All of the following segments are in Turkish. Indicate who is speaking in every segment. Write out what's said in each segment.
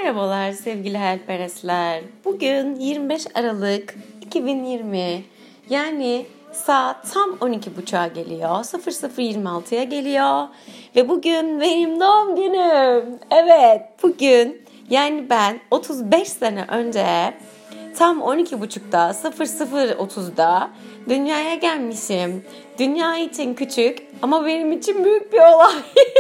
Speaker 1: Merhabalar sevgili hayalperestler. Bugün 25 Aralık 2020. Yani saat tam 12.30'a geliyor. 00.26'ya geliyor. Ve bugün benim doğum günüm. Evet, bugün yani ben 35 sene önce tam 12.30'da 00.30'da dünyaya gelmişim. Dünya için küçük ama benim için büyük bir olay.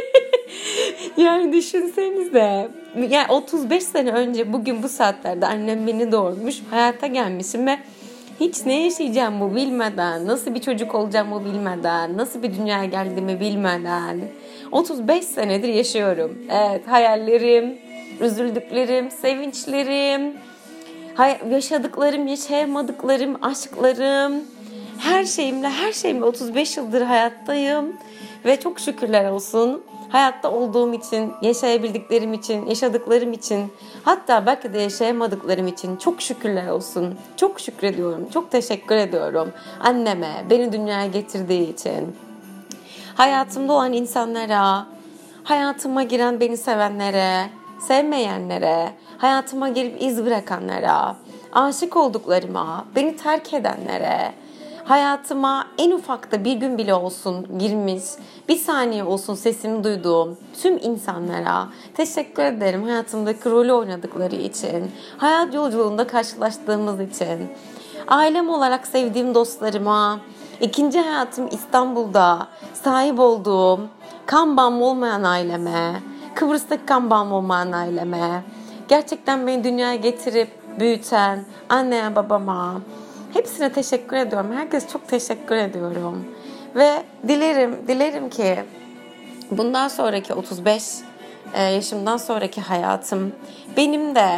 Speaker 1: Yani düşünsenize. Yani 35 sene önce bugün bu saatlerde annem beni doğurmuş. Hayata gelmişim ve hiç ne yaşayacağımı bilmeden, nasıl bir çocuk olacağımı bilmeden, nasıl bir dünyaya geldiğimi bilmeden 35 senedir yaşıyorum. Evet, hayallerim, üzüldüklerim, sevinçlerim, yaşadıklarım, yaşayamadıklarım, aşklarım, her şeyimle 35 yıldır hayattayım ve çok şükürler olsun. Hayatta olduğum için, yaşayabildiklerim için, yaşadıklarım için, hatta belki de yaşayamadıklarım için çok şükürler olsun. Çok şükrediyorum, çok teşekkür ediyorum anneme, beni dünyaya getirdiği için. Hayatımda olan insanlara, hayatıma giren beni sevenlere, sevmeyenlere, hayatıma girip iz bırakanlara, aşık olduklarıma, beni terk edenlere, hayatıma en ufakta bir gün bile olsun girmiş, bir saniye olsun sesimi duyduğum tüm insanlara teşekkür ederim hayatımdaki rolü oynadıkları için, hayat yolculuğunda karşılaştığımız için, ailem olarak sevdiğim dostlarıma, ikinci hayatım İstanbul'da sahip olduğum kan bağım olmayan aileme, Kıbrıs'taki kan bağım olmayan aileme, gerçekten beni dünyaya getirip büyüten anneye babama, hepsine teşekkür ediyorum. Herkese çok teşekkür ediyorum. Ve dilerim ki bundan sonraki 35 yaşımdan sonraki hayatım benim de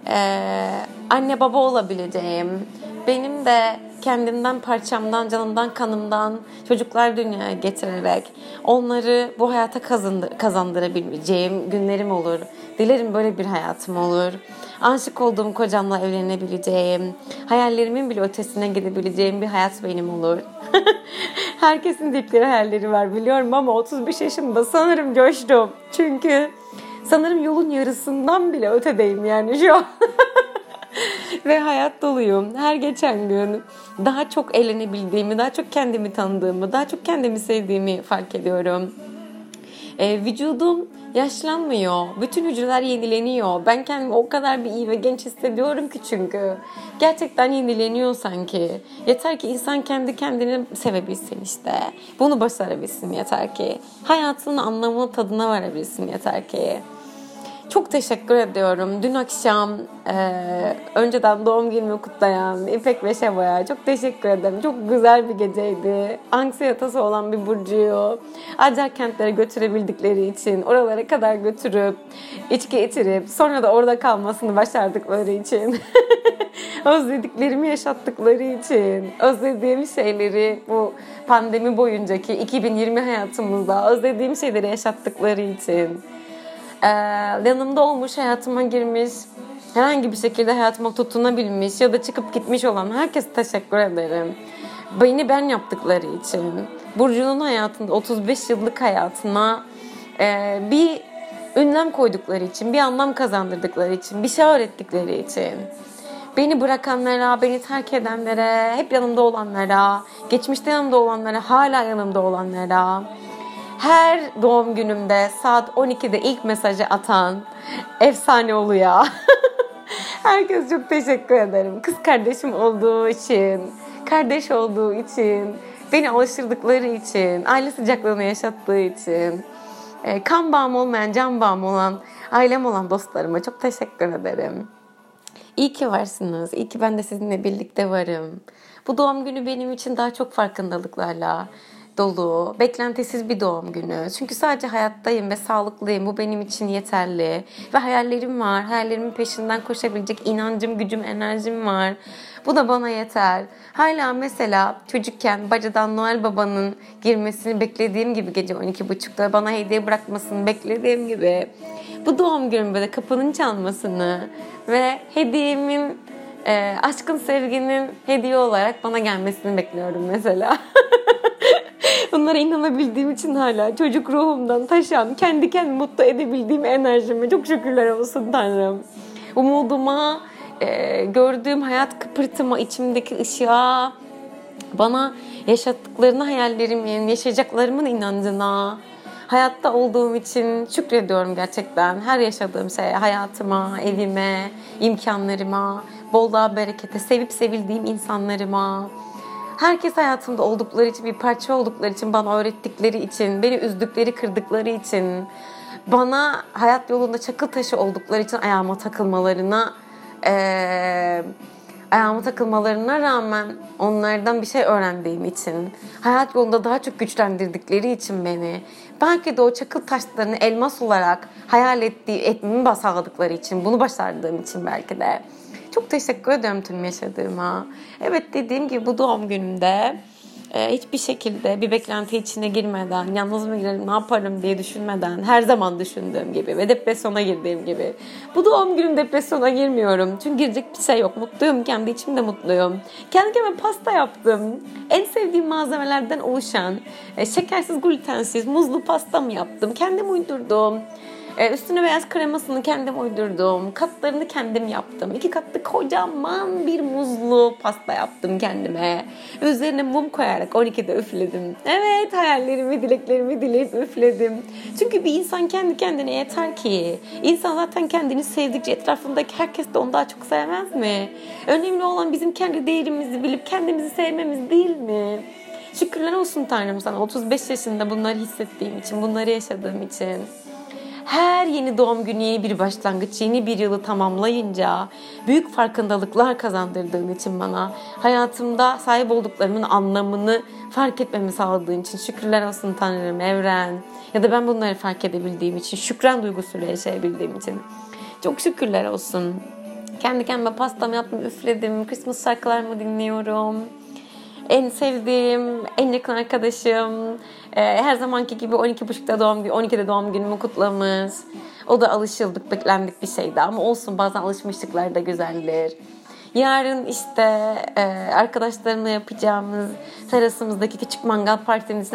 Speaker 1: anne baba olabileceğim, benim de kendimden, parçamdan, canımdan, kanımdan çocuklar dünyaya getirerek onları bu hayata kazandırabileceğim günlerim olur. Dilerim böyle bir hayatım olur. Aşık olduğum kocamla evlenebileceğim, hayallerimin bile ötesine gidebileceğim bir hayat benim olur. Herkesin dipleri hayalleri var biliyorum ama 35 yaşımda sanırım coştum. Çünkü sanırım yolun yarısından bile ötedeyim yani şu an. Ve hayat doluyum. Her geçen gün daha çok eğlenebildiğimi, daha çok kendimi tanıdığımı, daha çok kendimi sevdiğimi fark ediyorum. Vücudum yaşlanmıyor. Bütün hücreler yenileniyor. Ben kendimi o kadar bir iyi ve genç hissediyorum ki çünkü. Gerçekten yenileniyor sanki. Yeter ki insan kendi kendini sevebilsin işte. Bunu başarabilsin yeter ki. Hayatının anlamını tadına varabilsin yeter ki. Çok teşekkür ediyorum. Dün akşam önceden doğum günümü kutlayan İpek ve Şeva'ya çok teşekkür ederim. Çok güzel bir geceydi. Anksiyetası olan bir Burcu'yu Acarkentlere götürebildikleri için, oralara kadar götürüp, içki içirip, sonra da orada kalmasını başardıkları için, özlediklerimi yaşattıkları için, özlediğim şeyleri bu pandemi boyuncaki 2020 hayatımızda özlediğim şeyleri yaşattıkları için, yanımda olmuş, hayatıma girmiş, herhangi bir şekilde hayatıma tutunabilmiş ya da çıkıp gitmiş olan herkese teşekkür ederim. Beni ben yaptıkları için, Burcu'nun hayatında 35 yıllık hayatına bir ünlem koydukları için, bir anlam kazandırdıkları için, bir şey öğrettikleri için, beni bırakanlara, beni terk edenlere, hep yanımda olanlara, geçmişte yanımda olanlara, hala yanımda olanlara, her doğum günümde saat 12'de ilk mesajı atan efsane oluyor. Herkese çok teşekkür ederim. Kız kardeşim olduğu için, kardeş olduğu için, beni alıştırdıkları için, aile sıcaklığını yaşattığı için, kan bağım olmayan, can bağım olan, ailem olan dostlarıma çok teşekkür ederim. İyi ki varsınız. İyi ki ben de sizinle birlikte varım. Bu doğum günü benim için daha çok farkındalıklarla dolu, beklentisiz bir doğum günü. Çünkü sadece hayattayım ve sağlıklıyım. Bu benim için yeterli. Ve hayallerim var. Hayallerimin peşinden koşabilecek inancım, gücüm, enerjim var. Bu da bana yeter. Hala mesela çocukken bacadan Noel Baba'nın girmesini beklediğim gibi gece 12.30'da bana hediye bırakmasını beklediğim gibi bu doğum günümde de kapının çalmasını ve hediyemin, aşkın, sevginin hediye olarak bana gelmesini bekliyorum mesela. Bunlara inanabildiğim için hala çocuk ruhumdan taşan, kendi kendimi mutlu edebildiğim enerjime çok şükürler olsun Tanrım. Umuduma, gördüğüm hayat kıpırtıma, içimdeki ışığa, bana yaşattıklarına, hayallerimin, yaşayacaklarımın inancına, hayatta olduğum için şükrediyorum gerçekten. Her yaşadığım şeye, hayatıma, evime, imkanlarıma, bolluğa, berekete, sevip sevildiğim insanlarıma. Herkes hayatımda oldukları için, bir parça oldukları için, bana öğrettikleri için, beni üzdükleri, kırdıkları için, bana hayat yolunda çakıl taşı oldukları için ayağıma takılmalarına rağmen onlardan bir şey öğrendiğim için, hayat yolunda daha çok güçlendirdikleri için beni, belki de o çakıl taşlarını elmas olarak hayal etmemi sağladıkları için, bunu başardığım için belki de. Çok teşekkür ederim tüm yaşadığıma. Evet, dediğim gibi bu doğum günümde hiçbir şekilde bir beklenti içine girmeden, yalnız mı girerim, ne yaparım diye düşünmeden, her zaman düşündüğüm gibi ve depresyona girdiğim gibi. Bu doğum günüm depresyona girmiyorum. Çünkü girecek bir şey yok. Mutluyum. Kendi içimde mutluyum. Kendi kendime pasta yaptım. En sevdiğim malzemelerden oluşan, şekersiz, glutensiz, muzlu pastamı yaptım. Kendim uydurdum. Üstüne beyaz kremasını kendim uydurdum. Katlarını kendim yaptım. 2 katlı kocaman bir muzlu pasta yaptım kendime. Üzerine mum koyarak 12'de üfledim. Evet, hayallerimi, dileklerimi dileyip üfledim. Çünkü bir insan kendi kendine yeter ki. İnsan zaten kendini sevdikçe etrafındaki herkes de onu daha çok sevmez mi? Önemli olan bizim kendi değerimizi bilip kendimizi sevmemiz değil mi? Şükürler olsun Tanrım sana 35 yaşında bunları hissettiğim için, bunları yaşadığım için. Her yeni doğum günü yeni bir başlangıç, yeni bir yılı tamamlayınca büyük farkındalıklar kazandırdığın için bana, hayatımda sahip olduklarımın anlamını fark etmemi sağladığın için şükürler olsun Tanrım, evren, ya da ben bunları fark edebildiğim için, şükran duygusuyla yaşayabildiğim için çok şükürler olsun. Kendi kendime pastamı yaptım, üfledim, Christmas şarkılarımı dinliyorum. En sevdiğim, en yakın arkadaşım, her zamanki gibi 12'de doğum günümü kutlamış. O da alışıldık, beklendik bir şeydi ama olsun, bazen alışmışlıklar da güzeldir. Yarın işte arkadaşlarımla yapacağımız terasımızdaki küçük mangal partimizde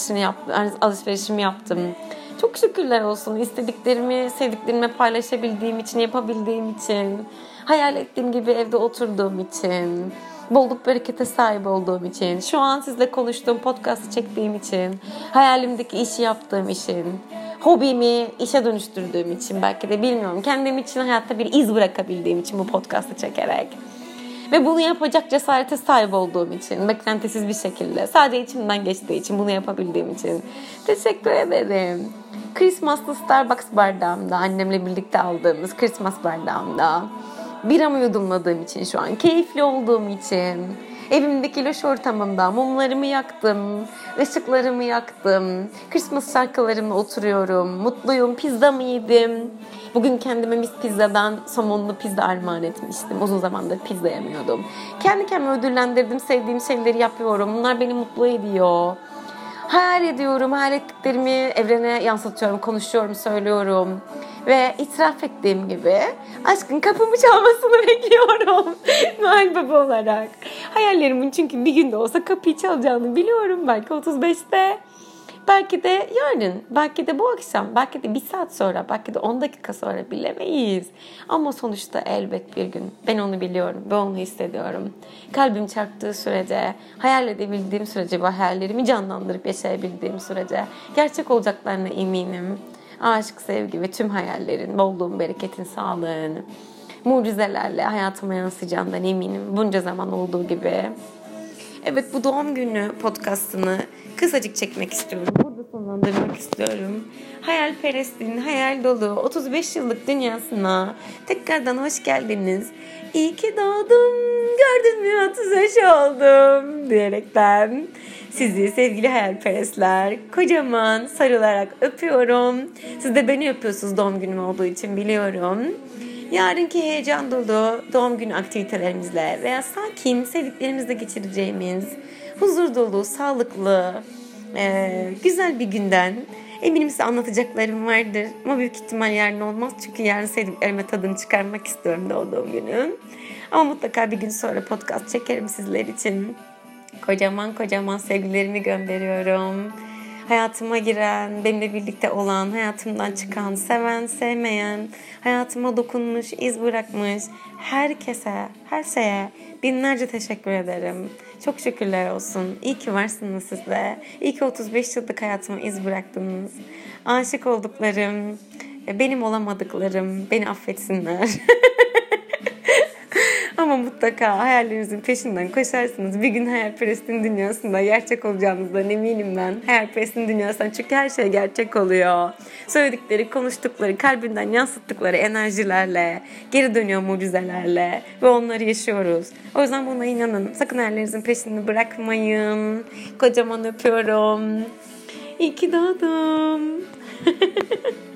Speaker 1: alışverişimi yaptım. Çok şükürler olsun, istediklerimi, sevdiklerimi paylaşabildiğim için, yapabildiğim için, hayal ettiğim gibi evde oturduğum için, bolluk berekete sahip olduğum için, şu an sizle konuştuğum podcast'ı çektiğim için, hayalimdeki işi yaptığım için, hobimi işe dönüştürdüğüm için, belki de bilmiyorum, kendim için hayatta bir iz bırakabildiğim için bu podcast'ı çekerek ve bunu yapacak cesarete sahip olduğum için, beklentisiz bir şekilde, sadece içimden geçtiği için, bunu yapabildiğim için teşekkür ederim. Christmas'lı Starbucks bardağımda, annemle birlikte aldığımız Christmas bardağımda biramı yudumladığım için, şu an keyifli olduğum için, evimdeki loş ortamımda mumlarımı yaktım, ışıklarımı yaktım, Christmas şarkılarımla oturuyorum, mutluyum, pizzamı yedim. Bugün kendime mis pizzadan somonlu pizza armağan etmiştim. Uzun zamandır pizza yemiyordum. Kendi kendime ödüllendirdim, sevdiğim şeyleri yapıyorum. Bunlar beni mutlu ediyor. Hayal ediyorum, hayal ettiklerimi evrene yansıtıyorum, konuşuyorum, söylüyorum. Ve itiraf ettiğim gibi aşkın kapımı çalmasını bekliyorum Noel Baba olarak. Hayallerimin çünkü bir günde olsa kapıyı çalacağını biliyorum. Belki 35'te, belki de yarın, belki de bu akşam, belki de 1 saat sonra, belki de 10 dakika sonra, bilemeyiz. Ama sonuçta elbet bir gün. Ben onu biliyorum, ben onu hissediyorum. Kalbim çarptığı sürece, hayal edebildiğim sürece ve hayallerimi canlandırıp yaşayabildiğim sürece gerçek olacaklarına eminim. Aşk, sevgi ve tüm hayallerin, bolluğun, bereketin, sağlığın, mucizelerle hayatıma yansıyacağından eminim. Bunca zaman olduğu gibi. Evet, bu doğum günü podcastını kısacık çekmek istiyorum. Burada sonlandırmak istiyorum. Hayalperestliğin hayal dolu 35 yıllık dünyasına tekrardan hoş geldiniz. İyi ki doğdum, gördün mü 35 oldum diyerekten sizi sevgili hayalperestler kocaman sarılarak öpüyorum. Siz de beni öpüyorsunuz doğum günüm olduğu için, biliyorum. Yarınki heyecan dolu doğum günü aktivitelerimizle veya sakin sevdiklerimizle geçireceğimiz huzur dolu, sağlıklı, güzel bir günden eminim size anlatacaklarım vardır. Ama büyük ihtimal yarın olmaz. Çünkü yarın sevdiklerime tadını çıkarmak istiyorum doğduğum günün. Ama mutlaka bir gün sonra podcast çekerim sizler için. Kocaman kocaman sevgilerimi gönderiyorum. Hayatıma giren, benimle birlikte olan, hayatımdan çıkan, seven, sevmeyen, hayatıma dokunmuş, iz bırakmış herkese, her şeye binlerce teşekkür ederim. Çok şükürler olsun. İyi ki varsınız siz de. İyi ki 35 yıllık hayatıma iz bıraktınız. Aşık olduklarım, benim olamadıklarım, beni affetsinler. Ama mutlaka hayallerinizin peşinden koşarsınız. Bir gün hayalperestin dünyasında gerçek olacağınızdan eminim ben. Hayalperestin dünyasında çünkü her şey gerçek oluyor. Söyledikleri, konuştukları, kalbinden yansıttıkları enerjilerle, geri dönüyor mucizelerle ve onları yaşıyoruz. O yüzden buna inanın. Sakın hayallerinizin peşini bırakmayın. Kocaman öpüyorum. İyi ki doğdum.